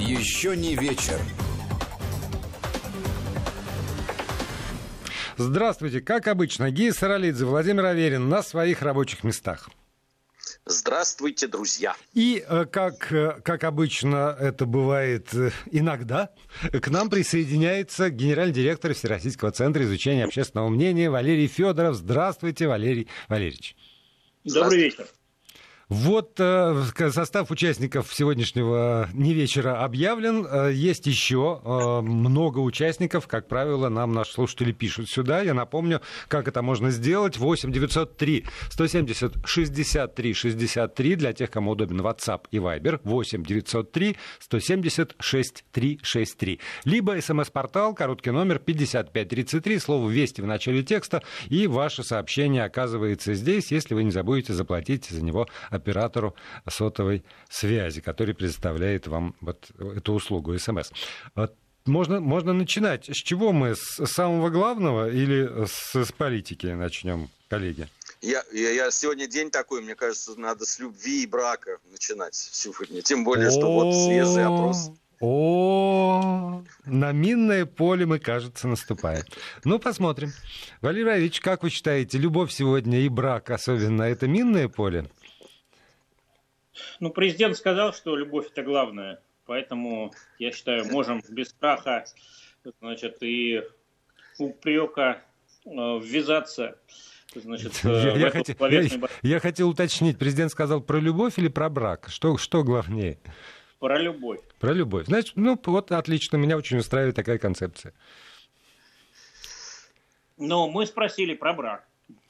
Еще не вечер. Здравствуйте. Как обычно, Гия Саралидзе, Владимир Аверин на своих рабочих местах. Здравствуйте, друзья. И, как обычно это бывает иногда, к нам присоединяется генеральный директор Всероссийского центра изучения общественного мнения Валерий Федоров. Здравствуйте, Валерий Валерьевич. Добрый вечер. Вот состав участников сегодняшнего не вечера объявлен. Есть еще много участников. Как правило, нам наши слушатели пишут сюда. Я напомню, как это можно сделать. 8-903-170-63-63 для тех, кому удобен WhatsApp и Viber. 8-903-170-6363. Либо СМС-портал, короткий номер 5533, слово «Вести» в начале текста. И ваше сообщение оказывается здесь, если вы не забудете заплатить за него оператору сотовой связи, который предоставляет вам вот эту услугу СМС. Можно начинать. С чего мы? С самого главного или с политики начнем, коллеги? Я сегодня день такой, мне кажется, надо с любви и брака начинать сегодня. Тем более, что вот свежий опрос. На минное поле мы, кажется, наступаем. Ну, посмотрим. Валерий Валерьевич, как вы считаете, любовь сегодня и брак особенно, это минное поле? Ну, президент сказал, что любовь – это главное. Поэтому, я считаю, можем без страха, значит, и упрека ввязаться. Значит, я хотел уточнить, президент сказал про любовь или про брак? Что главнее? Про любовь. Про любовь. Значит, ну вот отлично, меня очень устраивает такая концепция. Но мы спросили про брак.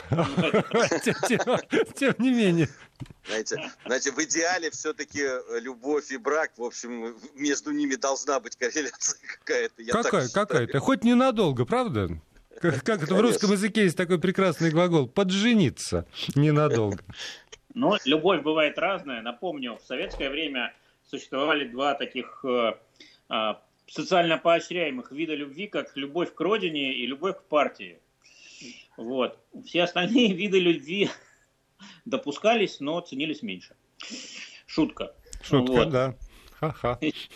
Тем не менее. Знаете, в идеале все-таки любовь и брак, в общем, между ними должна быть корреляция какая-то. Какая-то? Хоть ненадолго, правда? Как это в русском языке есть такой прекрасный глагол «поджениться» ненадолго. Но любовь бывает разная. Напомню, в советское время существовали два таких социально поощряемых вида любви, как любовь к родине и любовь к партии. Вот. Все остальные виды любви допускались, но ценились меньше. Шутка. Шутка, да. Ха-ха.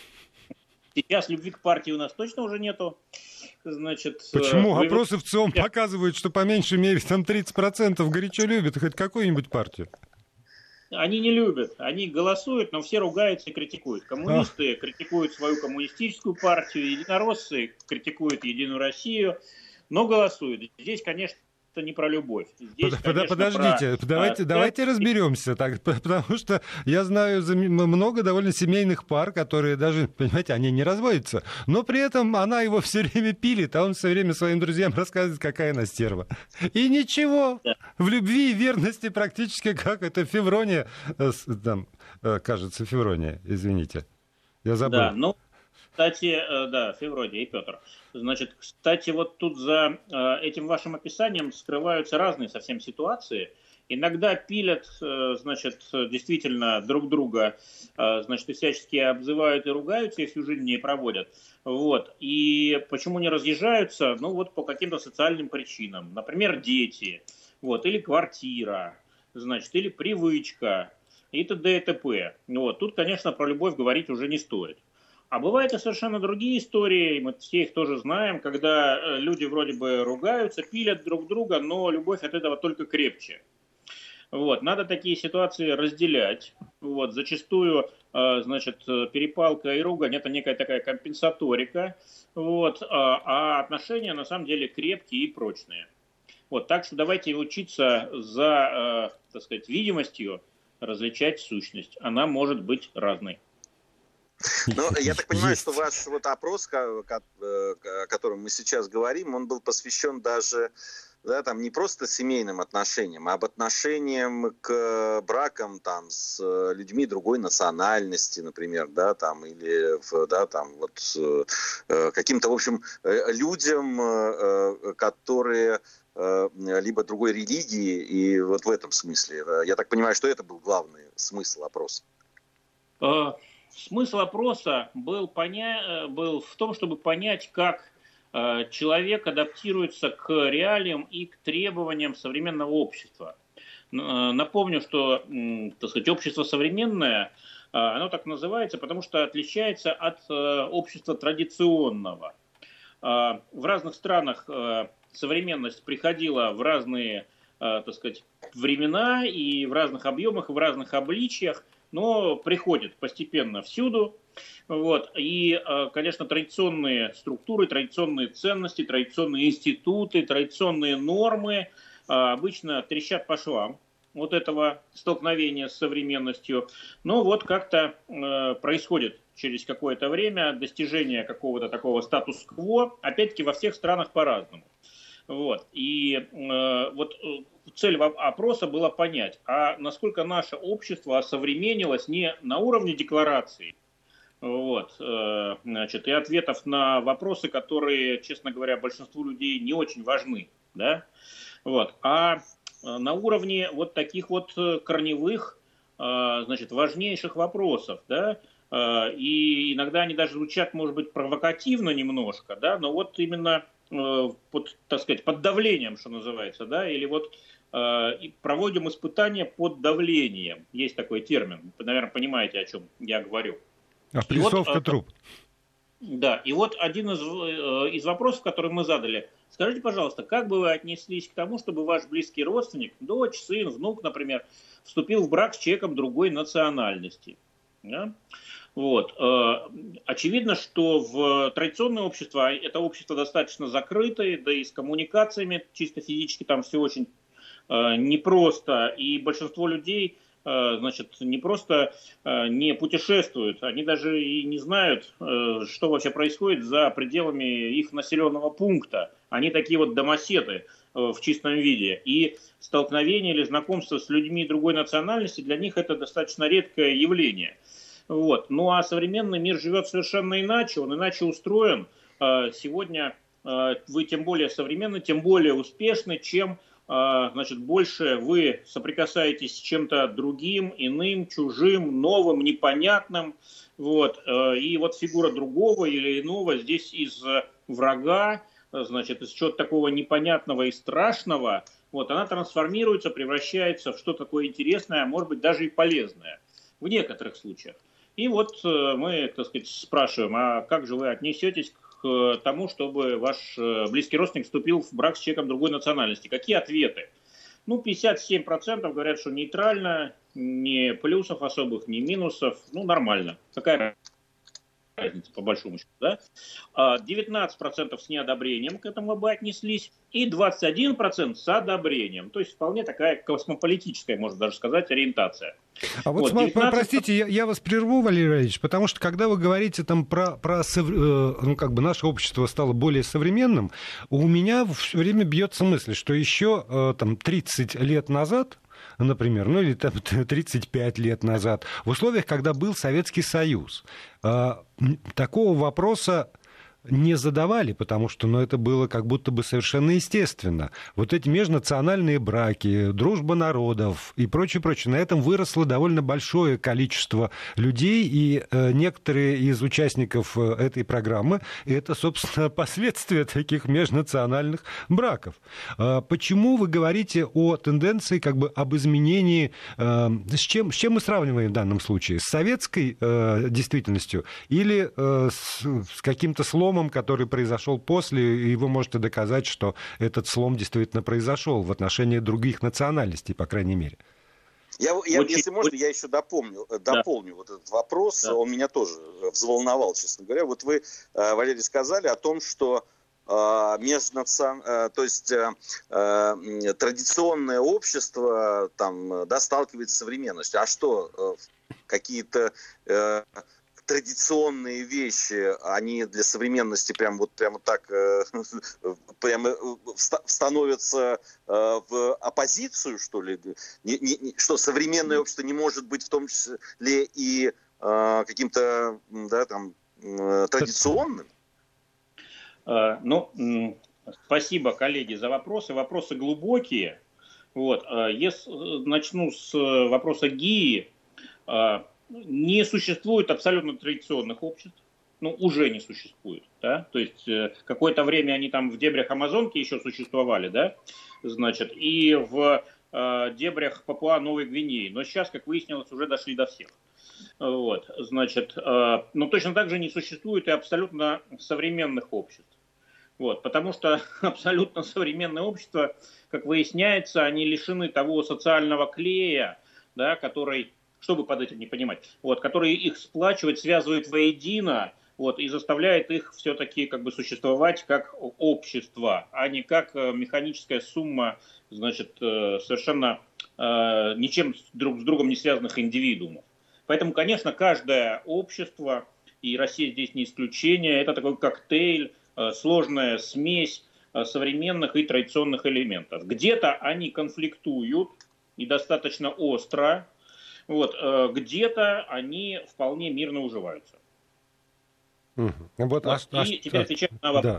Сейчас любви к партии у нас точно уже нету. Значит, почему? Опросы в ЦИОМ показывают, что по меньшей мере там 30% горячо любят хоть какую-нибудь партию. Они не любят, они голосуют, но все ругаются и критикуют. Коммунисты критикуют свою коммунистическую партию, единороссы критикуют Единую Россию, но голосуют. Здесь, конечно, не про любовь. Здесь, подождите, давайте разберемся, так, потому что я знаю много довольно семейных пар, которые даже, понимаете, они не разводятся, но при этом она его все время пилит, а он все время своим друзьям рассказывает, какая она стерва. И ничего, в любви и верности практически как это Феврония, там, кажется, Феврония, извините, я забыл. Да, ну, кстати, да, Феврония и Петр. Значит, кстати, вот тут за этим вашим описанием скрываются разные совсем ситуации. Иногда пилят, значит, действительно друг друга, значит, и всячески обзывают и ругаются, и всю жизнь не проводят. Вот. И почему не разъезжаются? Ну, вот по каким-то социальным причинам. Например, дети, вот, или квартира, значит, или привычка, и т.д. и т.п. Вот. Тут, конечно, про любовь говорить уже не стоит. А бывают и совершенно другие истории, мы все их тоже знаем, когда люди вроде бы ругаются, пилят друг друга, но любовь от этого только крепче. Вот. Надо такие ситуации разделять. Вот. Зачастую, значит, перепалка и ругань – это некая такая компенсаторика, вот. А отношения на самом деле крепкие и прочные. Вот. Так что давайте учиться за, так сказать, видимостью различать сущность. Она может быть разной. Ну, я так понимаю, что ваш вот опрос, о котором мы сейчас говорим, он был посвящен даже, да, там, не просто семейным отношениям, а об отношениям к бракам там, с людьми другой национальности, например, да, там, или да, там, вот, каким-то, в общем, людям, которые либо другой религии, и вот в этом смысле. Я так понимаю, что это был главный смысл опроса. Смысл опроса был в том, чтобы понять, как человек адаптируется к реалиям и к требованиям современного общества. Напомню, что, так сказать, общество современное Оно так называется, потому что отличается от общества традиционного. В разных странах современность приходила в разные, так сказать, времена и в разных объемах, и в разных обличиях, но приходит постепенно всюду. Вот. И, конечно, традиционные структуры, традиционные ценности, традиционные институты, традиционные нормы обычно трещат по швам вот этого столкновения с современностью. Но вот как-то происходит через какое-то время достижение какого-то такого статус-кво, опять-таки во всех странах по-разному. Вот. И вот цель опроса была понять, а насколько наше общество осовременилось не на уровне декларации, вот, значит, и ответов на вопросы, которые, честно говоря, большинству людей не очень важны, да, вот, а на уровне вот таких вот корневых, значит, важнейших вопросов, да, и иногда они даже звучат, может быть, провокативно немножко, да, но вот именно под, так сказать, под давлением, что называется, да, или вот проводим испытания под давлением, есть такой термин, вы, наверное, понимаете, о чем я говорю. Опрессовка труп. Да, и вот один из вопросов, который мы задали. Скажите, пожалуйста, как бы вы отнеслись к тому, чтобы ваш близкий родственник, дочь, сын, внук, например, вступил в брак с человеком другой национальности? Да? Вот. Очевидно, что в традиционное общество, это общество достаточно закрытое, да и с коммуникациями чисто физически там все очень непросто, и большинство людей, значит, не просто не путешествуют, они даже и не знают, что вообще происходит за пределами их населенного пункта. Они такие вот домоседы в чистом виде. И столкновение или знакомство с людьми другой национальности для них это достаточно редкое явление. Вот. Ну а современный мир живет совершенно иначе, он иначе устроен. Сегодня вы тем более современны, тем более успешны, чем значит, больше вы соприкасаетесь с чем-то другим, иным, чужим, новым, непонятным. Вот. И вот фигура другого или иного здесь из врага, значит, из чего-то такого непонятного и страшного, вот, она трансформируется, превращается в что-то такое интересное, а может быть даже и полезное в некоторых случаях. И вот мы, так сказать, спрашиваем, а как же вы отнесетесь к тому, чтобы ваш близкий родственник вступил в брак с человеком другой национальности? Какие ответы? Ну, 57% говорят, что нейтрально, ни плюсов особых, ни минусов, ну, нормально. Какая разница, по большому счету, да? 19% с неодобрением к этому бы отнеслись, и 21% с одобрением. То есть вполне такая космополитическая, можно даже сказать, ориентация. А вот 19... простите, я вас прерву, Валерий Валерьевич, потому что когда вы говорите там про ну, как бы наше общество стало более современным, у меня все время бьется мысль, что еще там 30 лет назад, например, ну или там 35 лет назад, в условиях, когда был Советский Союз, такого вопроса не задавали, потому что это было как будто бы совершенно естественно. Вот эти межнациональные браки, дружба народов и прочее, прочее. На этом выросло довольно большое количество людей, и некоторые из участников этой программы — это, собственно, последствия таких межнациональных браков. Почему вы говорите о тенденции, как бы об изменении? С чем мы сравниваем в данном случае? С советской действительностью или с каким-то сломом, который произошел после, и вы можете доказать, что этот слом действительно произошел в отношении других национальностей, по крайней мере? Если можно, я еще дополню вот этот вопрос. Да. Он меня тоже взволновал, честно говоря. Вот вы, Валерий, сказали о том, что то есть традиционное общество там, да, сталкивается с современностью. А что, какие-то традиционные вещи, они для современности прямо так становятся в оппозицию, что ли? Что современное общество не может быть в том числе и каким-то, да, там, традиционным? Ну, спасибо, коллеги, за вопросы. Вопросы глубокие. Вот. Если начну с вопроса ГИИ, не существует абсолютно традиционных обществ, уже не существует, да, то есть какое-то время они там в дебрях Амазонки еще существовали, да, значит, и в дебрях Папуа-Новой Гвинеи, но сейчас, как выяснилось, уже дошли до всех. Вот, значит, но точно так же не существует и абсолютно современных обществ. Вот, потому что абсолютно современное общество, как выясняется, они лишены того социального клея, да, который, что бы под этим не понимать, вот, который их сплачивает, связывает воедино, вот, и заставляет их все-таки как бы существовать как общество, а не как механическая сумма, значит, совершенно ничем друг с другом не связанных индивидуумов. Поэтому, конечно, каждое общество, и Россия здесь не исключение, это такой коктейль, сложная смесь современных и традиционных элементов. Где-то они конфликтуют и достаточно остро, вот, где-то они вполне мирно уживаются. Вот, вот. И теперь отвечаю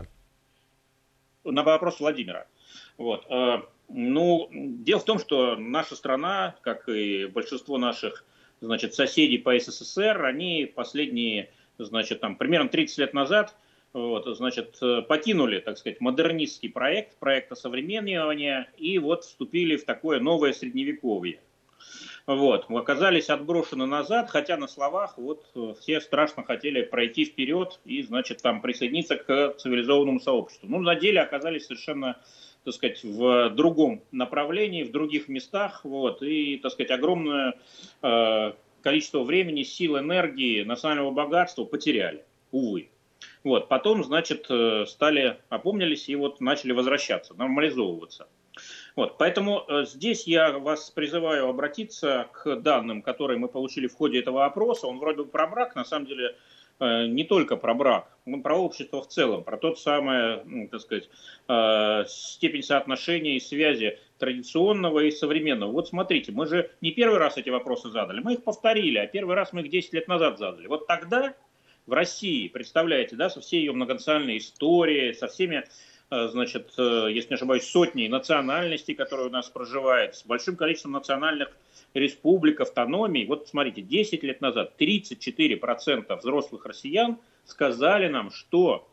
на вопрос Владимира. Вот. Ну, дело в том, что наша страна, как и большинство наших, значит, соседей по СССР, они последние, значит, там, примерно 30 лет назад, вот, значит, покинули, так сказать, модернистский проект осовременивания, и вот вступили в такое новое средневековье. Вот, мы оказались отброшены назад, хотя на словах вот все страшно хотели пройти вперед и, значит, там присоединиться к цивилизованному сообществу. Ну, на деле оказались совершенно, так сказать, в другом направлении, в других местах, вот, и, так сказать, огромное количество времени, сил, энергии, национального богатства потеряли, увы. Вот, потом, значит, опомнились и вот начали возвращаться, нормализовываться. Вот, поэтому здесь я вас призываю обратиться к данным, которые мы получили в ходе этого опроса. Он вроде бы про брак, на самом деле не только про брак, но про общество в целом, про тот самый, так сказать, степень соотношения и связи традиционного и современного. Вот смотрите, мы же не первый раз эти вопросы задали, мы их повторили, а первый раз мы их 10 лет назад задали. Вот тогда в России, представляете, да, со всей ее многонациональной историей, со всеми, значит, если не ошибаюсь, сотней национальностей, которые у нас проживают, с большим количеством национальных республик, автономий. Вот смотрите, 10 лет назад 34% взрослых россиян сказали нам, что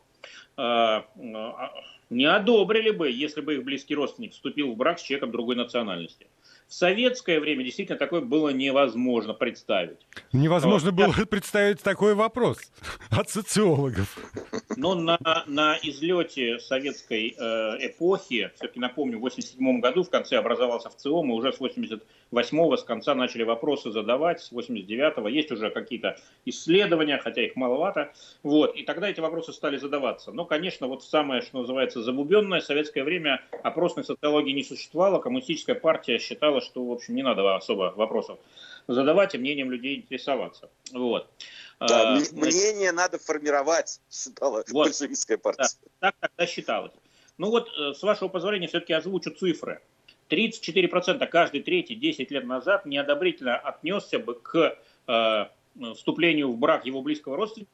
не одобрили бы, если бы их близкий родственник вступил в брак с человеком другой национальности. В советское время действительно такое было невозможно представить. Невозможно было представить такой вопрос от социологов. Но на излете советской эпохи, все-таки напомню, в 1987 году в конце образовался ВЦИОМ, и уже с 1988-го с конца начали вопросы задавать, с 1989-го есть уже какие-то исследования, хотя их маловато. Вот, и тогда эти вопросы стали задаваться. Но, конечно, вот самое, что называется, забубенное, в советское время опросной социологии не существовало, коммунистическая партия считала, что, в общем, не надо особо вопросов задавать и мнением людей интересоваться. Вот. Да, мнение надо формировать, считала большевистская партия. Да, так тогда считалось. Ну вот, с вашего позволения, все-таки озвучу цифры. 34% каждый третий 10 лет назад неодобрительно отнесся бы к вступлению в брак его близкого родственника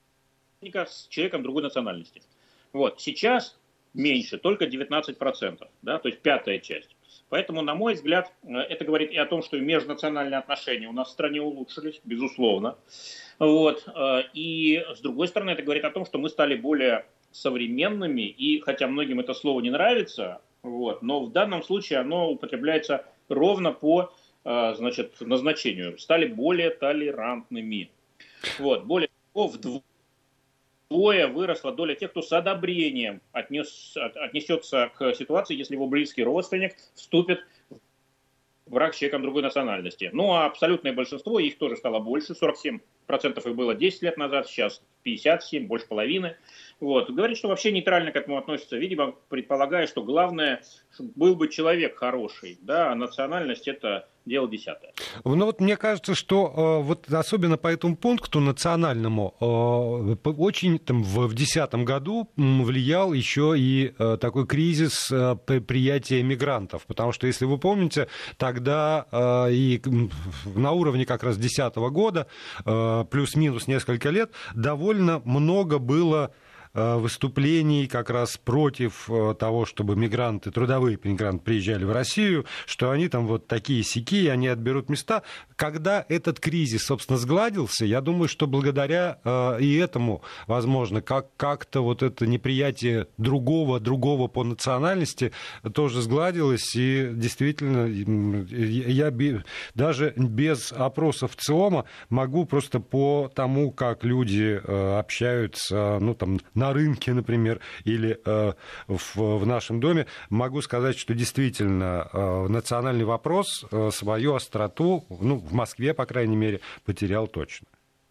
с человеком другой национальности. Вот. Сейчас меньше, только 19%, да, то есть пятая часть. Поэтому, на мой взгляд, это говорит и о том, что межнациональные отношения у нас в стране улучшились, безусловно. Вот. И, с другой стороны, это говорит о том, что мы стали более современными, и хотя многим это слово не нравится, вот, но в данном случае оно употребляется ровно по, значит, назначению. Стали более толерантными. Вот. Более того, вдвое выросла доля тех, кто с одобрением отнесется к ситуации, если его близкий родственник вступит в брак с человеком другой национальности. Ну, а абсолютное большинство, их тоже стало больше, 47% их было 10 лет назад, сейчас 57%, больше половины. Вот. Говорит, что вообще нейтрально к этому относится, видимо, предполагая, что главное, чтобы был бы человек хороший, да, а национальность — это дело десятое. Ну вот мне кажется, что вот особенно по этому пункту национальному очень там, в 2010 году влиял еще и такой кризис приятия мигрантов, потому что, если вы помните, тогда и на уровне как раз 2010 года, плюс-минус несколько лет, довольно много было выступлений как раз против того, чтобы трудовые мигранты приезжали в Россию, что они там вот такие-сякие, они отберут места. Когда этот кризис, собственно, сгладился, я думаю, что благодаря и этому, возможно, как-то вот это неприятие другого по национальности тоже сгладилось, и действительно, я даже без опросов ЦИОМа могу просто по тому, как люди общаются, ну, там, на рынке, например, или в нашем доме, могу сказать, что действительно национальный вопрос свою остроту, ну, в Москве, по крайней мере, потерял точно.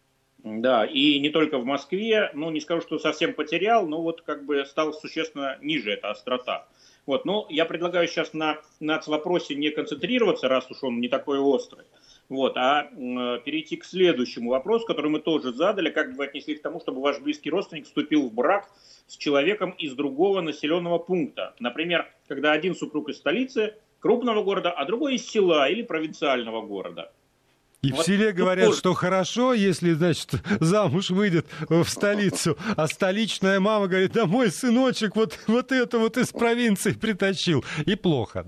Да, и не только в Москве, ну, не скажу, что совсем потерял, но вот как бы стал существенно ниже эта острота. Вот, но я предлагаю сейчас на нацвопросе не концентрироваться, раз уж он не такой острый, вот, а перейти к следующему вопросу, который мы тоже задали. Как бы вы отнеслись к тому, чтобы ваш близкий родственник вступил в брак с человеком из другого населенного пункта? Например, когда один супруг из столицы, крупного города, а другой из села или провинциального города. И вот в селе говорят, что хорошо, если, значит, замуж выйдет в столицу, а столичная мама говорит, да мой сыночек вот это вот из провинции притащил, и плохо.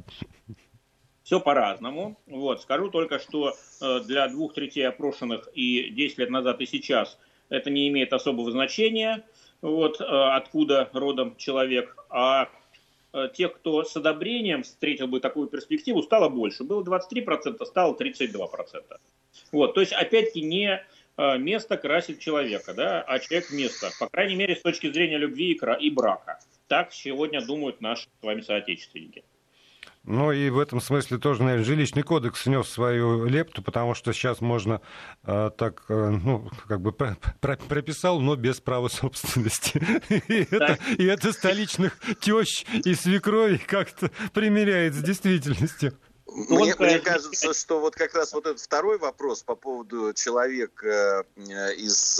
Все по-разному. Вот. Скажу только, что для 2/3 опрошенных и 10 лет назад, и сейчас это не имеет особого значения, вот, откуда родом человек, а тех, кто с одобрением встретил бы такую перспективу, стало больше. Было 23%, стало 32%. Вот, то есть, опять-таки, не место красит человека, да, а человек место. По крайней мере, с точки зрения любви и брака. Так сегодня думают наши с вами соотечественники. Ну и в этом смысле тоже, наверное, жилищный кодекс внес свою лепту, потому что сейчас можно так, ну, как бы прописал, но без права собственности. И это столичных тещ и свекровей как-то примиряет с действительностью. Мне кажется, что вот как раз вот этот второй вопрос по поводу человека из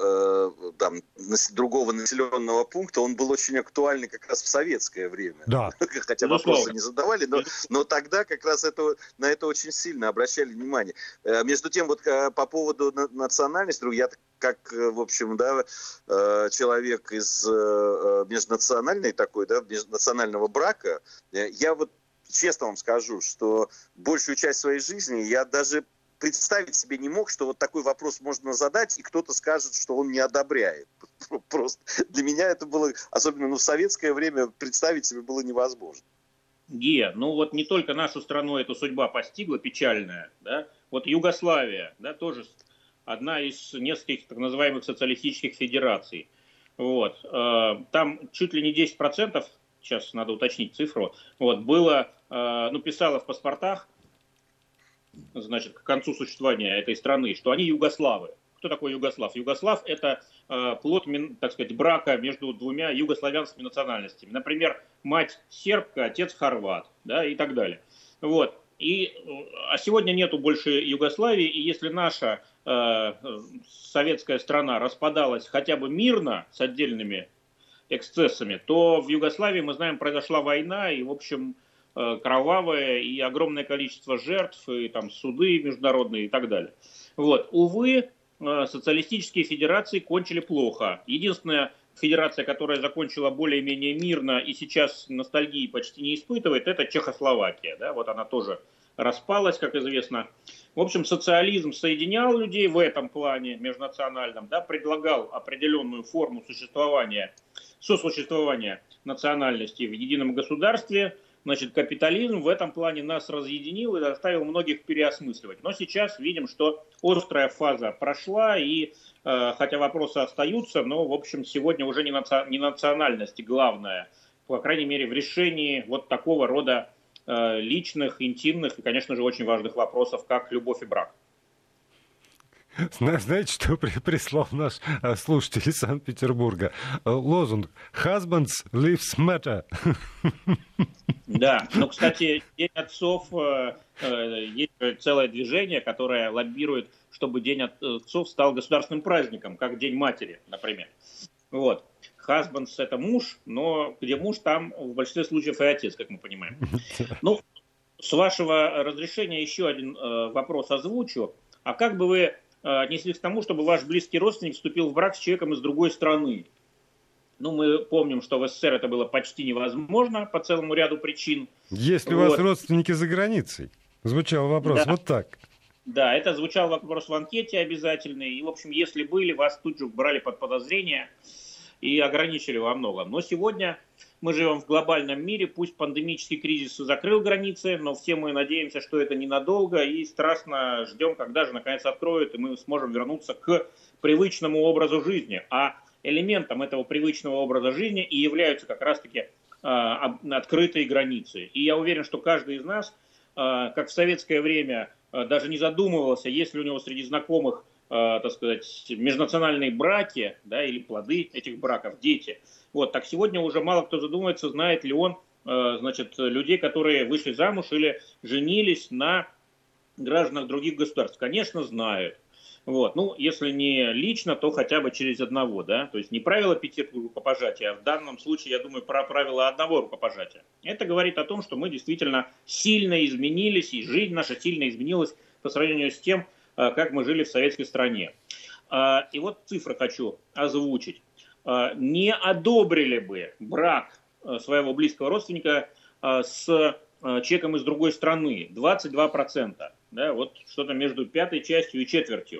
там, другого населенного пункта, он был очень актуальный как раз в советское время. Да. Хотя вопросы не задавали, но тогда как раз на это очень сильно обращали внимание. Между тем, вот по поводу национальности, я как, в общем, да, человек из межнациональной такой, да, межнационального брака, я вот честно вам скажу, что большую часть своей жизни я даже представить себе не мог, что вот такой вопрос можно задать, и кто-то скажет, что он не одобряет. Просто для меня это было, особенно в советское время, представить себе было невозможно. Ну вот не только нашу страну эта судьба постигла, печальная, да, вот Югославия, да, тоже одна из нескольких так называемых социалистических федераций. Вот, там чуть ли не 10%, сейчас надо уточнить цифру, вот, было, ну, писало в паспортах, значит, к концу существования этой страны, что они югославы. Кто такой югослав? Югослав – это плод, так сказать, брака между двумя югославянскими национальностями. Например, мать сербка, отец хорват, да, и так далее. Вот. А сегодня нету больше Югославии, и если наша советская страна распадалась хотя бы мирно, с отдельными эксцессами, то в Югославии, мы знаем, произошла война, и, в общем, кровавая, и огромное количество жертв, и там суды международные и так далее. Вот. Увы, социалистические федерации кончили плохо. Единственная федерация, которая закончила более-менее мирно и сейчас ностальгии почти не испытывает, это Чехословакия. Да? Вот она тоже распалась, как известно. В общем, социализм соединял людей в этом плане межнациональном, да, предлагал определенную форму сосуществования национальности в едином государстве. Значит, капитализм в этом плане нас разъединил и заставил многих переосмысливать. Но сейчас видим, что острая фаза прошла, и хотя вопросы остаются, но, в общем, сегодня уже не национальность главное, по крайней мере, в решении вот такого рода личных, интимных и, конечно же, очень важных вопросов, как любовь и брак. Знаете, что прислал наш слушатель из Санкт-Петербурга? Лозунг «Husbands lives matter». Да, но, кстати, День отцов, есть целое движение, которое лоббирует, чтобы День отцов стал государственным праздником, как День матери, например. Вот. Husbands – это муж, но где муж, там в большинстве случаев и отец, как мы понимаем. Ну, с вашего разрешения еще один вопрос озвучу. А как бы вы отнеслись к тому, чтобы ваш близкий родственник вступил в брак с человеком из другой страны? Ну, мы помним, что в СССР это было почти невозможно по целому ряду причин. Есть ли у вас родственники за границей? Звучал вопрос вот так. Да, это звучал вопрос в анкете обязательный. И, в общем, если были, вас тут же брали под подозрение и ограничили во многом. Но сегодня мы живем в глобальном мире, пусть пандемический кризис и закрыл границы, но все мы надеемся, что это ненадолго, и страстно ждем, когда же наконец откроют, и мы сможем вернуться к привычному образу жизни. А элементом этого привычного образа жизни и являются как раз-таки открытые границы. И я уверен, что каждый из нас, как в советское время, даже не задумывался, есть ли у него среди знакомых, так сказать, межнациональные браки, да, или плоды этих браков, дети. Вот, так сегодня уже мало кто задумывается, знает ли он, значит, людей, которые вышли замуж или женились на гражданах других государств. Конечно, знают. Вот. Ну, если не лично, то хотя бы через одного, да, то есть не правило 5 рукопожатия, а в данном случае, я думаю, про правило одного рукопожатия. Это говорит о том, что мы действительно сильно изменились, и жизнь наша сильно изменилась по сравнению с тем, как мы жили в советской стране. И вот цифры хочу озвучить. Не одобрили бы брак своего близкого родственника с человеком из другой страны 22%. Да, вот что-то между пятой частью и четвертью.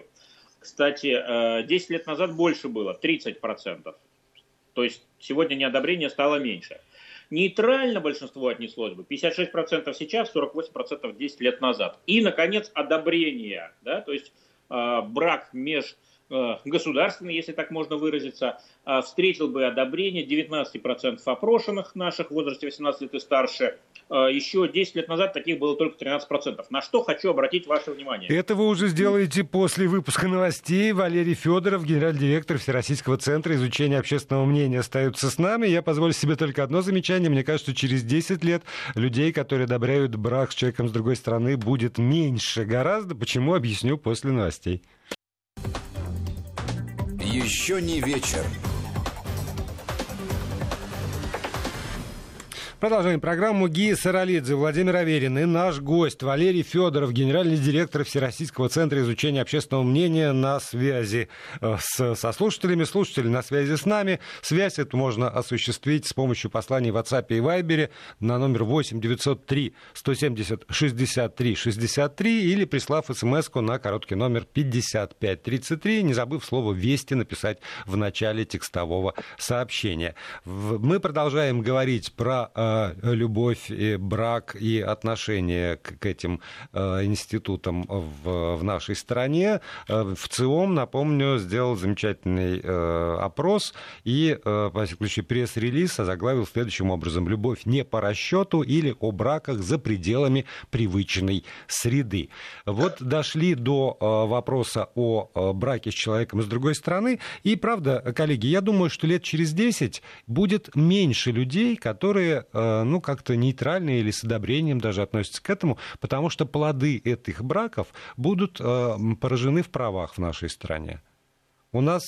Кстати, 10 лет назад больше было, 30%. То есть сегодня неодобрение стало меньше. Нейтрально большинство отнеслось бы, 56% сейчас, 48% 10 лет назад. И, наконец, одобрение, да, то есть брак межгосударственный, если так можно выразиться, встретил бы одобрение 19% опрошенных наших в возрасте 18 лет и старше. Еще 10 лет назад таких было только 13%. На что хочу обратить ваше внимание. Это вы уже сделаете после выпуска новостей. Валерий Федоров, генеральный директор Всероссийского центра изучения общественного мнения, остается с нами. Я позволю себе только одно замечание. Мне кажется, что через 10 лет людей, которые одобряют брак с человеком с другой страны, будет меньше гораздо. Почему, объясню после новостей. Еще не вечер. Продолжаем программу. Гия Саралидзе, Владимир Аверин и наш гость Валерий Федоров, генеральный директор Всероссийского центра изучения общественного мнения, на связи со слушателями. Слушатели на связи с нами. Связь эту можно осуществить с помощью посланий в WhatsApp и Viber на номер 8 903 170 63 63 или прислав смс-ку на короткий номер 5533, не забыв слово «Вести» написать в начале текстового сообщения. Мы продолжаем говорить про любовь, и брак и отношение к этим институтам в нашей стране. В ЦИОМ, напомню, сделал замечательный опрос и, во всяком случае, пресс-релиз озаглавил следующим образом: «Любовь не по расчету» или «О браках за пределами привычной среды». Вот дошли до вопроса о браке с человеком из другой страны. И, правда, коллеги, я думаю, что лет через 10 будет меньше людей, которые как-то нейтрально или с одобрением даже относятся к этому, потому что плоды этих браков будут поражены в правах в нашей стране. У нас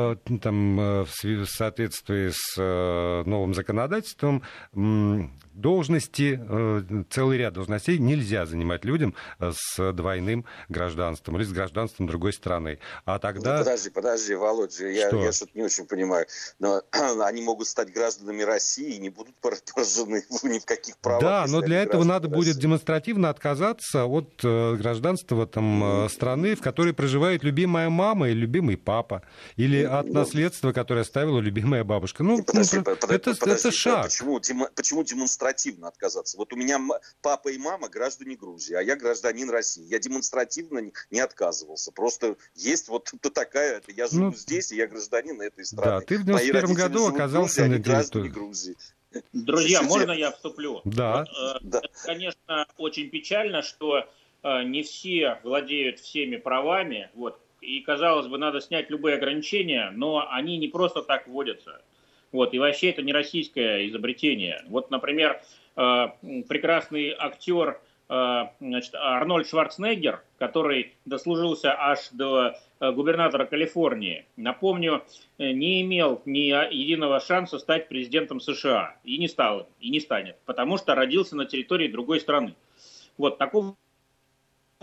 в соответствии с новым законодательством должности, целый ряд должностей нельзя занимать людям с двойным гражданством или с гражданством другой страны. А тогда... Подожди, Володя, я что-то не очень понимаю. Но они могут стать гражданами России и не будут поражены ни в каких правах. Да, но для этого надо будет демонстративно отказаться от гражданства страны, в которой проживает любимая мама или любимый папа, или от наследства, которое оставила любимая бабушка. Это шаг. Почему демонстративно отказаться? Вот у меня папа и мама граждане Грузии, а я гражданин России. Я демонстративно не отказывался. Просто есть вот такая... Я живу здесь, и я гражданин этой страны. Да, ты в 91 году оказался на территории Грузии. Друзья, можно я вступлю? Да. Это, конечно, очень печально, что не все владеют всеми правами. Вот. И, казалось бы, надо снять любые ограничения, но они не просто так вводятся. Вот, и вообще это не российское изобретение. Вот, например, прекрасный актер Арнольд Шварценеггер, который дослужился аж до губернатора Калифорнии, напомню, не имел ни единого шанса стать президентом США. И не стал, и не станет, потому что родился на территории другой страны. Вот такого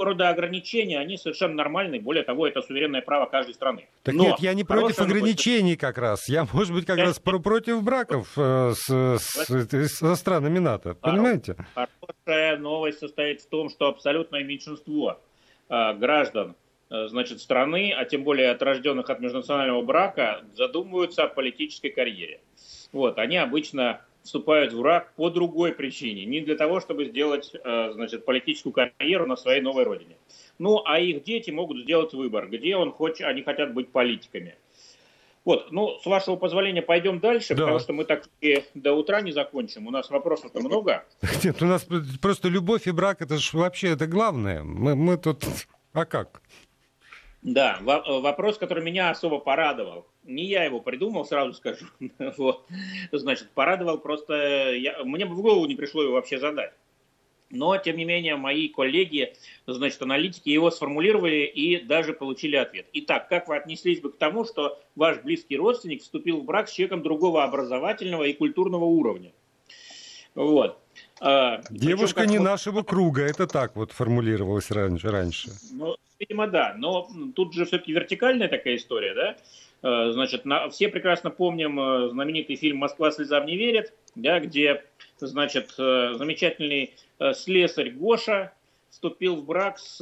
рода ограничения, они совершенно нормальны. Более того, это суверенное право каждой страны. Так нет, я не против ограничений как раз. Я, может быть, как раз против браков со странами НАТО. Понимаете? Хорошая новость состоит в том, что абсолютное меньшинство граждан, значит, страны, а тем более от рожденных от межнационального брака, задумываются о политической карьере. Вот, они обычно вступают в брак по другой причине, не для того, чтобы сделать, значит, политическую карьеру на своей новой родине. Ну, а их дети могут сделать выбор, где они хотят быть политиками. Вот, ну, с вашего позволения, пойдем дальше, да. Потому что мы так и до утра не закончим. У нас вопросов-то много. Нет, у нас просто любовь и брак, это же вообще это главное. Мы тут... А как? Да, вопрос, который меня особо порадовал. Не я его придумал, сразу скажу. Вот. Значит, порадовал просто... Мне бы в голову не пришло его вообще задать. Но, тем не менее, мои коллеги, значит, аналитики его сформулировали и даже получили ответ. Итак, как вы отнеслись бы к тому, что ваш близкий родственник вступил в брак с человеком другого образовательного и культурного уровня? Вот. Девушка не нашего круга, это так вот формулировалось раньше. Ну, видимо, да. Но тут же все-таки вертикальная такая история, да? Значит, все прекрасно помним знаменитый фильм «Москва слезам не верит», да, где, значит, замечательный слесарь Гоша вступил в брак с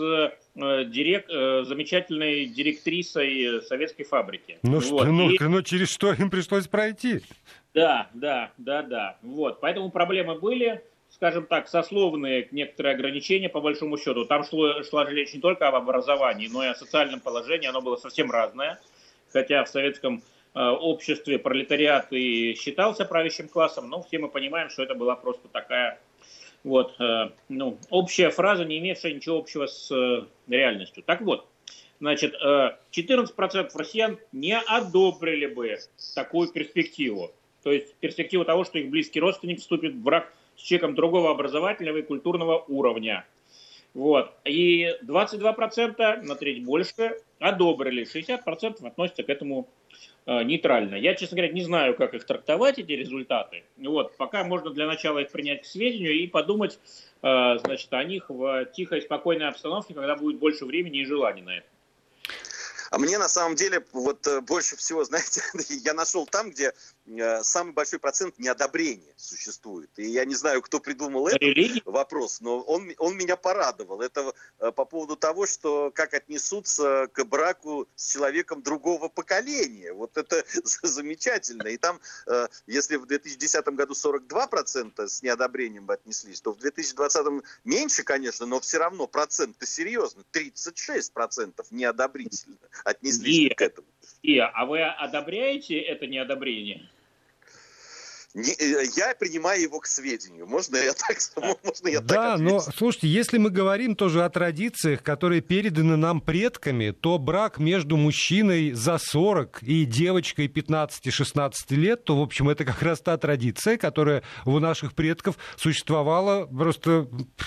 замечательной директрисой советской фабрики. Ну, вот. Но через что им пришлось пройти? Да. Вот. Поэтому проблемы были, скажем так, сословные некоторые ограничения, по большому счету. Там шла речь не только об образовании, но и о социальном положении. Оно было совсем разное. Хотя в советском обществе пролетариат и считался правящим классом, но все мы понимаем, что это была просто такая вот, общая фраза, не имевшая ничего общего с реальностью. Так вот, значит, 14% россиян не одобрили бы такую перспективу. То есть перспективу того, что их близкий родственник вступит в брак с человеком другого образовательного и культурного уровня. Вот. И 22%, на треть больше, одобрили. 60% относятся к этому нейтрально. Я, честно говоря, не знаю, как их трактовать, эти результаты. Вот. Пока можно для начала их принять к сведению и подумать, значит, о них в тихой, спокойной обстановке, когда будет больше времени и желания на это. А мне на самом деле вот больше всего, знаете, я нашел там, где самый большой процент неодобрения существует. И я не знаю, кто придумал этот вопрос, но он меня порадовал. Это по поводу того, что как отнесутся к браку с человеком другого поколения. Вот это замечательно. И там, если в 2010 году 42% с неодобрением бы отнеслись, то в 2020 меньше, конечно, но все равно процент-то серьезно. 36% неодобрительно отнеслись к этому. А вы одобряете это неодобрение? Я принимаю его к сведению. Можно я так отвечу? Да, но, слушайте, если мы говорим тоже о традициях, которые переданы нам предками, то брак между мужчиной за 40 и девочкой 15-16 лет, то, в общем, это как раз та традиция, которая у наших предков существовала просто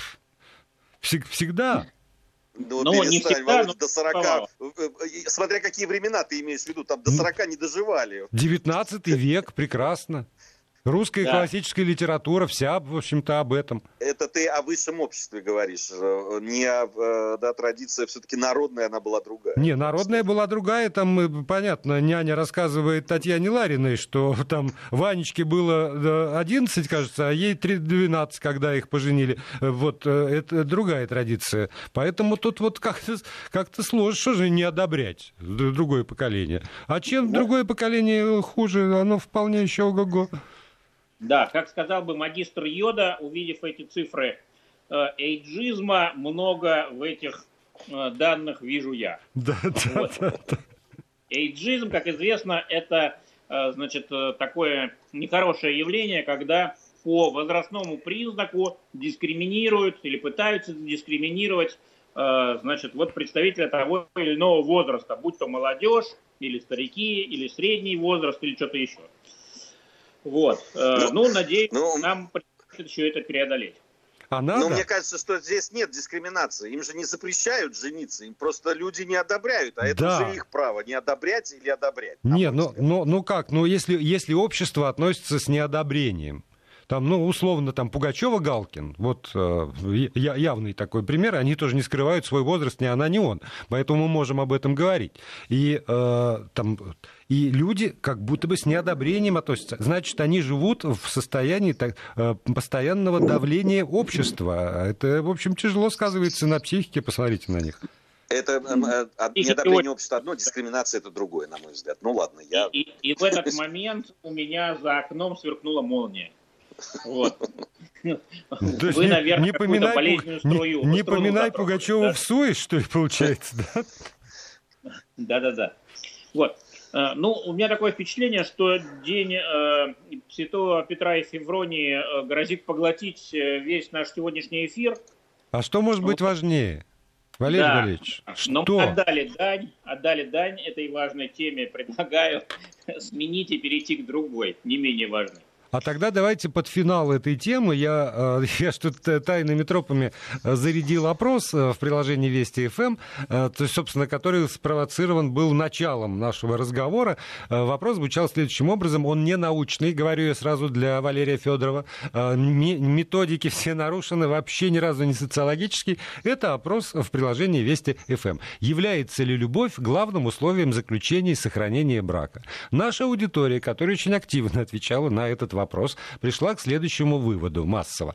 Ну, не всегда, Володь, до 40, смотря какие времена ты имеешь в виду, там до 40 не доживали. 19 век, прекрасно. Русская классическая литература, вся, в общем-то, об этом. Это ты о высшем обществе говоришь, не о традиция, все-таки народная она была другая. Не, народная была другая, там, понятно, няня рассказывает Татьяне Лариной, что там Ванечке было 11, кажется, а ей 12, когда их поженили. Вот, это другая традиция. Поэтому тут вот как-то сложно, что же не одобрять другое поколение. А чем другое поколение хуже, оно вполне еще ого-го. Да, как сказал бы магистр Йода, увидев эти цифры эйджизма, много в этих данных вижу я. Да. Эйджизм, как известно, это, значит, такое нехорошее явление, когда по возрастному признаку дискриминируют или пытаются дискриминировать, значит, вот представителя того или иного возраста, будь то молодежь, или старики, или средний возраст, или что-то еще. Вот. Надеюсь, нам придется еще это преодолеть. Но мне кажется, что здесь нет дискриминации. Им же не запрещают жениться, им просто люди не одобряют. А это же их право, не одобрять или одобрять. Нет, ну как? Ну если общество относится с неодобрением, там, ну, условно, там, Пугачева-Галкин, вот явный такой пример, они тоже не скрывают свой возраст, ни она, ни он, поэтому мы можем об этом говорить. И люди как будто бы с неодобрением относятся. Значит, они живут в состоянии постоянного давления общества. Это, в общем, тяжело сказывается на психике, посмотрите на них. Это неодобрение общества одно, дискриминация это другое, на мой взгляд. Ну ладно, я... И в этот момент у меня за окном сверкнула молния. Вот. Вы, наверное, какую-то болезненную струю. Не поминай Пугачеву в суе, что ли, получается, да? Да. Вот. Ну, у меня такое впечатление, что день Святого Петра и Февронии грозит поглотить весь наш сегодняшний эфир. А что может быть важнее? Валерий Валерьевич, но мы отдали дань этой важной теме. Предлагаю сменить и перейти к другой, не менее важной. А тогда давайте под финал этой темы я что-то тайными тропами зарядил опрос в приложении Вести ФМ, то есть, собственно, который спровоцирован был началом нашего разговора. Вопрос звучал следующим образом. Он не научный, говорю я сразу для Валерия Федорова. Методики все нарушены, вообще ни разу не социологический. Это опрос в приложении Вести ФМ. Является ли любовь главным условием заключения и сохранения брака? Наша аудитория, которая очень активно отвечала на этот вопрос, пришла к следующему выводу массово.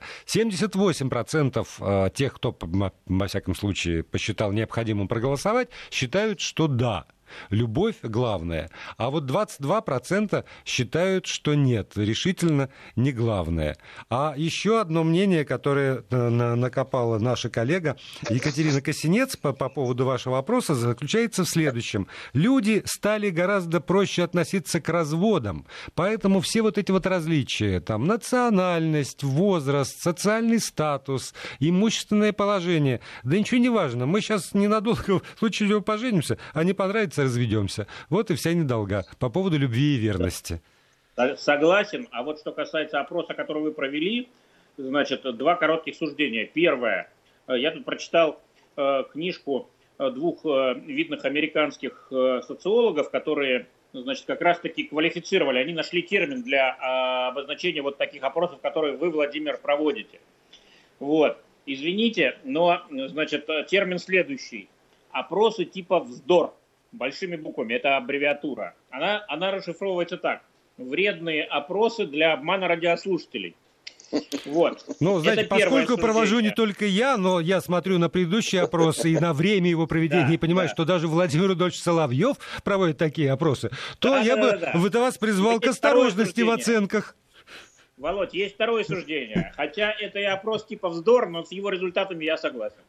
78% тех, кто, во всяком случае, посчитал необходимым проголосовать, считают, что да. Любовь главная. А вот 22% считают, что нет, решительно не главное. А еще одно мнение, которое накопала наша коллега Екатерина Косинец по поводу вашего вопроса, заключается в следующем. Люди стали гораздо проще относиться к разводам, поэтому все вот эти вот различия, там, национальность, возраст, социальный статус, имущественное положение, да ничего не важно. Мы сейчас ненадолго, в случае чего поженимся, а не понравится, разведемся. Вот и вся недолга по поводу любви и верности. Согласен. А вот что касается опроса, который вы провели, значит, два коротких суждения. Первое. Я тут прочитал книжку двух видных американских социологов, которые, значит, как раз-таки квалифицировали. Они нашли термин для обозначения вот таких опросов, которые вы, Владимир, проводите. Вот. Извините, но, значит, термин следующий. Опросы типа «вздор». Большими буквами, это аббревиатура. Она расшифровывается так. Вредные опросы для обмана радиослушателей. Вот. Ну, знаете, поскольку провожу не только я, но я смотрю на предыдущие опросы и на время его проведения, и понимаю, что даже Владимир Рудольевич Соловьев проводит такие опросы, то я бы вас призвал к осторожности в оценках. Володь, есть второе суждение. Хотя это и опрос типа «вздор», но с его результатами я согласен.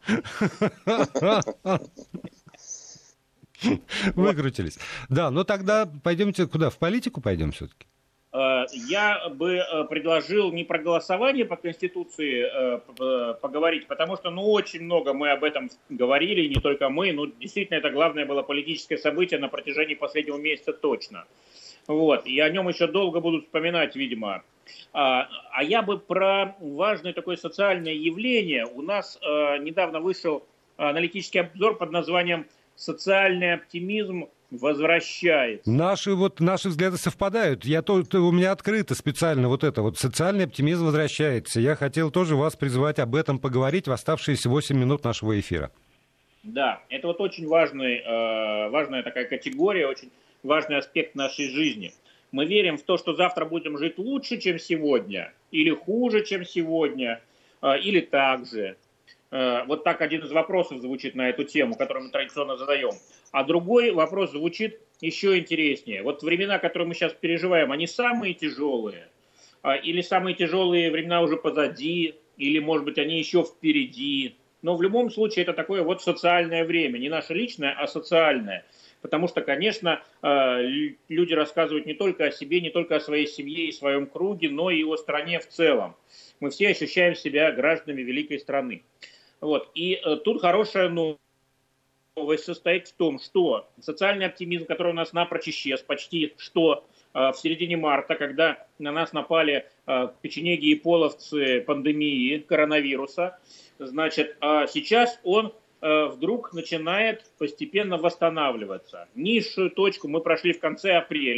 Выкрутились. Да, но тогда пойдемте куда? В политику пойдем все-таки? Я бы предложил не про голосование по Конституции поговорить, потому что, очень много мы об этом говорили, и не только мы, действительно, это главное было политическое событие на протяжении последнего месяца точно. Вот, и о нем еще долго будут вспоминать, видимо. А я бы про важное такое социальное явление. У нас недавно вышел аналитический обзор под названием «Социальный оптимизм возвращается». Наши взгляды совпадают. У меня открыто специально социальный оптимизм возвращается. Я хотел тоже вас призвать об этом поговорить в оставшиеся 8 минут нашего эфира. Да, это очень важная такая категория, очень важный аспект нашей жизни. Мы верим в то, что завтра будем жить лучше, чем сегодня, или хуже, чем сегодня, или так же. Вот так один из вопросов звучит на эту тему, которую мы традиционно задаем. А другой вопрос звучит еще интереснее. Вот времена, которые мы сейчас переживаем, они самые тяжелые? Или самые тяжелые времена уже позади? Или, может быть, они еще впереди? Но в любом случае это такое социальное время. Не наше личное, а социальное. Потому что, конечно, люди рассказывают не только о себе, не только о своей семье и своем круге, но и о стране в целом. Мы все ощущаем себя гражданами великой страны. Вот. И тут хорошая новость состоит в том, что социальный оптимизм, который у нас напрочь исчез, почти что в середине марта, когда на нас напали печенеги и половцы пандемии коронавируса, значит, сейчас он вдруг начинает постепенно восстанавливаться. Низшую точку мы прошли в конце апреля,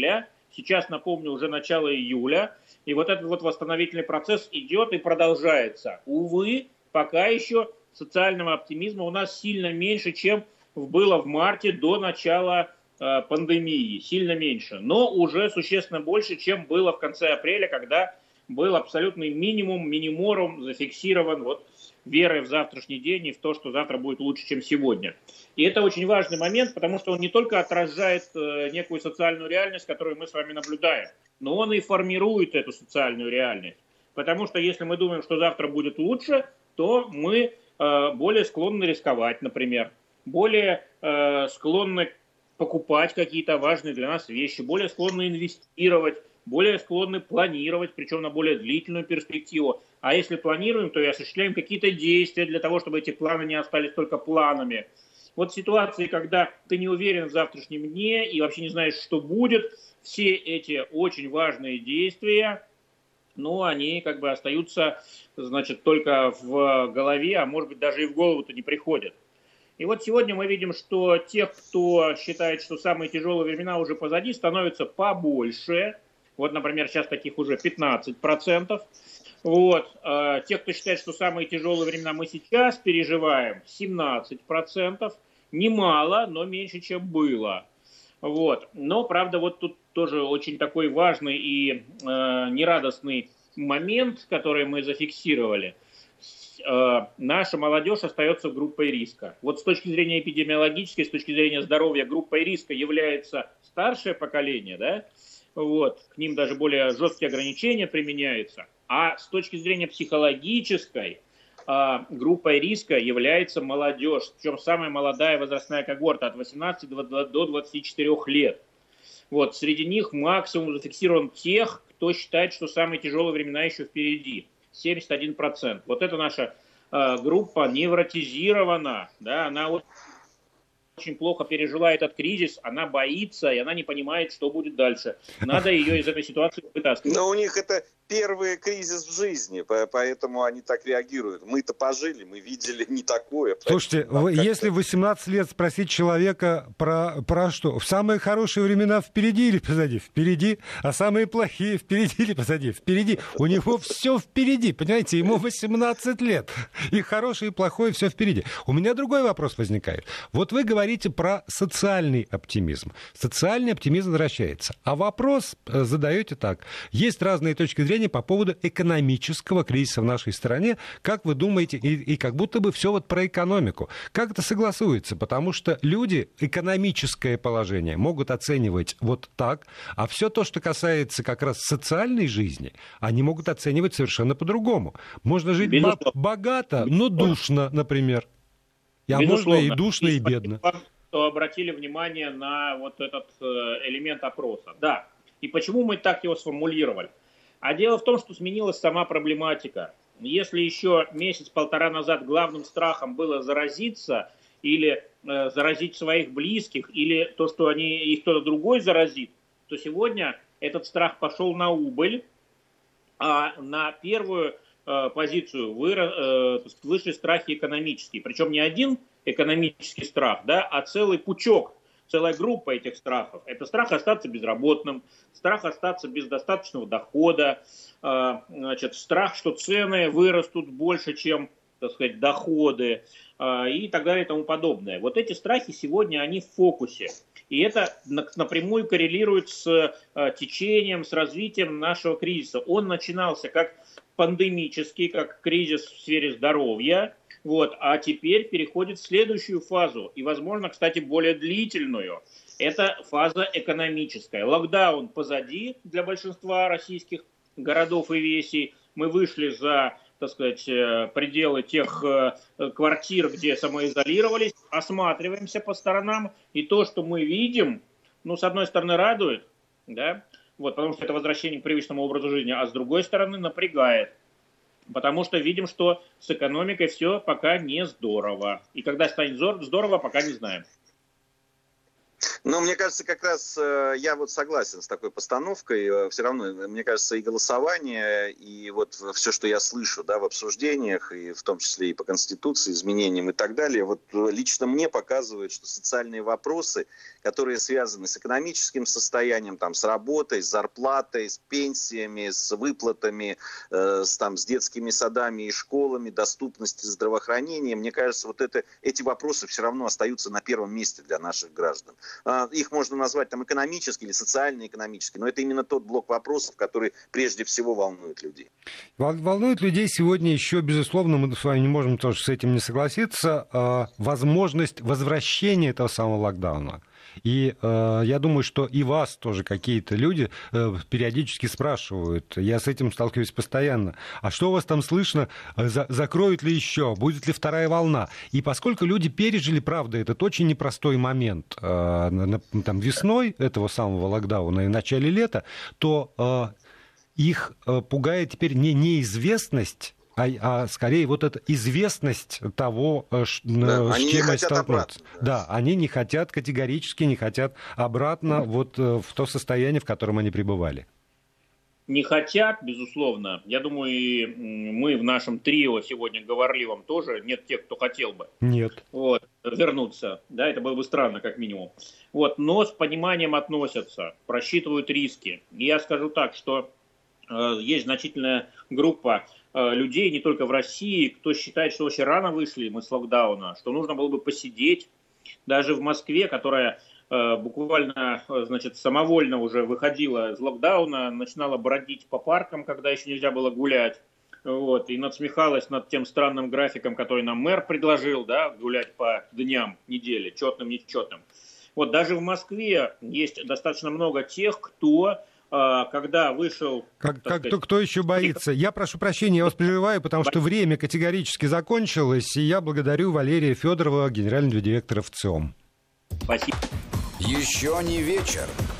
Сейчас, напомню, уже начало июля, и вот этот вот восстановительный процесс идет и продолжается. Увы, пока еще социального оптимизма у нас сильно меньше, чем было в марте до начала пандемии, сильно меньше, но уже существенно больше, чем было в конце апреля, когда был абсолютный минимум зафиксирован вот верой в завтрашний день и в то, что завтра будет лучше, чем сегодня. И это очень важный момент, потому что он не только отражает некую социальную реальность, которую мы с вами наблюдаем, но он и формирует эту социальную реальность. Потому что если мы думаем, что завтра будет лучше, то мы более склонны рисковать, например, более склонны покупать какие-то важные для нас вещи, более склонны инвестировать, более склонны планировать, причем на более длительную перспективу. А если планируем, то и осуществляем какие-то действия для того, чтобы эти планы не остались только планами. Вот в ситуации, когда ты не уверен в завтрашнем дне и вообще не знаешь, что будет, все эти очень важные действия, но они как бы остаются, значит, только в голове, а может быть даже и в голову-то не приходят. И вот сегодня мы видим, что тех, кто считает, что самые тяжелые времена уже позади, становится побольше. Вот, например, сейчас таких уже 15%. Вот. Тех, кто считает, что самые тяжелые времена мы сейчас переживаем, 17%. Немало, но меньше, чем было. Вот. Но, правда, вот тут тоже очень такой важный и нерадостный момент, который мы зафиксировали. Наша молодежь остается группой риска. Вот с точки зрения эпидемиологической, с точки зрения здоровья, группой риска является старшее поколение, да? Вот, к ним даже более жесткие ограничения применяются. А с точки зрения психологической, группой риска является молодежь, причем самая молодая возрастная когорта от 18 до 24 лет. Вот, среди них максимум зафиксирован тех, кто считает, что самые тяжелые времена еще впереди. 71%. Вот это наша группа невротизирована, да, она очень плохо пережила этот кризис, она боится, и она не понимает, что будет дальше. Надо ее из этой ситуации вытаскивать. Но у них это первый кризис в жизни, поэтому они так реагируют. Мы-то пожили, мы видели не такое. Слушайте, если 18 лет спросить человека про что? Самые хорошие времена впереди или позади? Впереди. А самые плохие впереди или позади? Впереди. У него все впереди, понимаете? Ему 18 лет. И хорошее, и плохое все впереди. У меня другой вопрос возникает. Вот вы говорите про социальный оптимизм. Социальный оптимизм возвращается. А вопрос задаете так. Есть разные точки зрения по поводу экономического кризиса в нашей стране. Как вы думаете, и как будто бы все вот про экономику. Как это согласуется? Потому что люди экономическое положение могут оценивать вот так, а все то, что касается как раз социальной жизни, они могут оценивать совершенно по-другому. Можно жить богато, но душно, например. А можно и душно, и бедно. Что обратили внимание на вот этот элемент опроса. Да. И почему мы так его сформулировали? А дело в том, что сменилась сама проблематика. Если еще месяц-полтора назад главным страхом было заразиться или заразить своих близких, или то, что их кто-то другой заразит, то сегодня этот страх пошел на убыль, а на первую позицию вышли страхи экономические. Причем не один экономический страх, да, а целый пучок, целая группа этих страхов. Это страх остаться безработным, страх остаться без достаточного дохода, значит, страх, что цены вырастут больше, чем, так сказать, доходы и так далее и тому подобное. Вот эти страхи сегодня, они в фокусе. И это напрямую коррелирует с течением, с развитием нашего кризиса. Он начинался как пандемический, как кризис в сфере здоровья, вот, а теперь переходит в следующую фазу, и, возможно, кстати, более длительную. Это фаза экономическая. Локдаун позади для большинства российских городов и весей. Мы вышли за, так сказать, пределы тех квартир, где самоизолировались, осматриваемся по сторонам, и то, что мы видим, ну, с одной стороны, радует, да, вот, потому что это возвращение к привычному образу жизни, а с другой стороны напрягает. Потому что видим, что с экономикой все пока не здорово. И когда станет здорово, пока не знаем. Но мне кажется, как раз я вот согласен с такой постановкой. Все равно, мне кажется, и голосование, и вот все, что я слышу, да, в обсуждениях, и в том числе и по Конституции, изменениям и так далее, вот лично мне показывает, что социальные вопросы, которые связаны с экономическим состоянием, там, с работой, с зарплатой, с пенсиями, с выплатами, с детскими садами и школами, доступностью здравоохранения, мне кажется, вот эти вопросы все равно остаются на первом месте для наших граждан. Их можно назвать там экономический или социально-экономический, но это именно тот блок вопросов, который прежде всего волнует людей. Волнует людей сегодня еще, безусловно, мы с вами не можем тоже с этим не согласиться, возможность возвращения этого самого локдауна. И я думаю, что и вас тоже какие-то люди периодически спрашивают, я с этим сталкиваюсь постоянно, а что у вас там слышно, закроют ли еще, будет ли вторая волна? И поскольку люди пережили, правда, этот очень непростой момент там, весной этого самого локдауна и в начале лета, то их пугает теперь не неизвестность, а скорее вот эта известность того, с чем они столкнутся. Да, они не хотят, категорически не хотят обратно вот в то состояние, в котором они пребывали. Не хотят, безусловно. Я думаю, и мы в нашем трио сегодня говорливом тоже нет тех, кто хотел бы. Нет. Вот, вернуться. Да, это было бы странно, как минимум. Вот, но с пониманием относятся, просчитывают риски. И я скажу так, что есть значительная группа людей, не только в России, кто считает, что очень рано вышли мы с локдауна, что нужно было бы посидеть. Даже в Москве, которая буквально, значит, самовольно уже выходила из локдауна, начинала бродить по паркам, когда еще нельзя было гулять, вот, и надсмехалась над тем странным графиком, который нам мэр предложил, да, гулять по дням недели, четным, нечетным. Вот даже в Москве есть достаточно много тех, кто, когда вышел... Кто еще боится? Я прошу прощения, я вас прерываю, потому что время категорически закончилось, и я благодарю Валерия Федорова, генерального директора ВЦИОМ. Спасибо. Еще не вечер.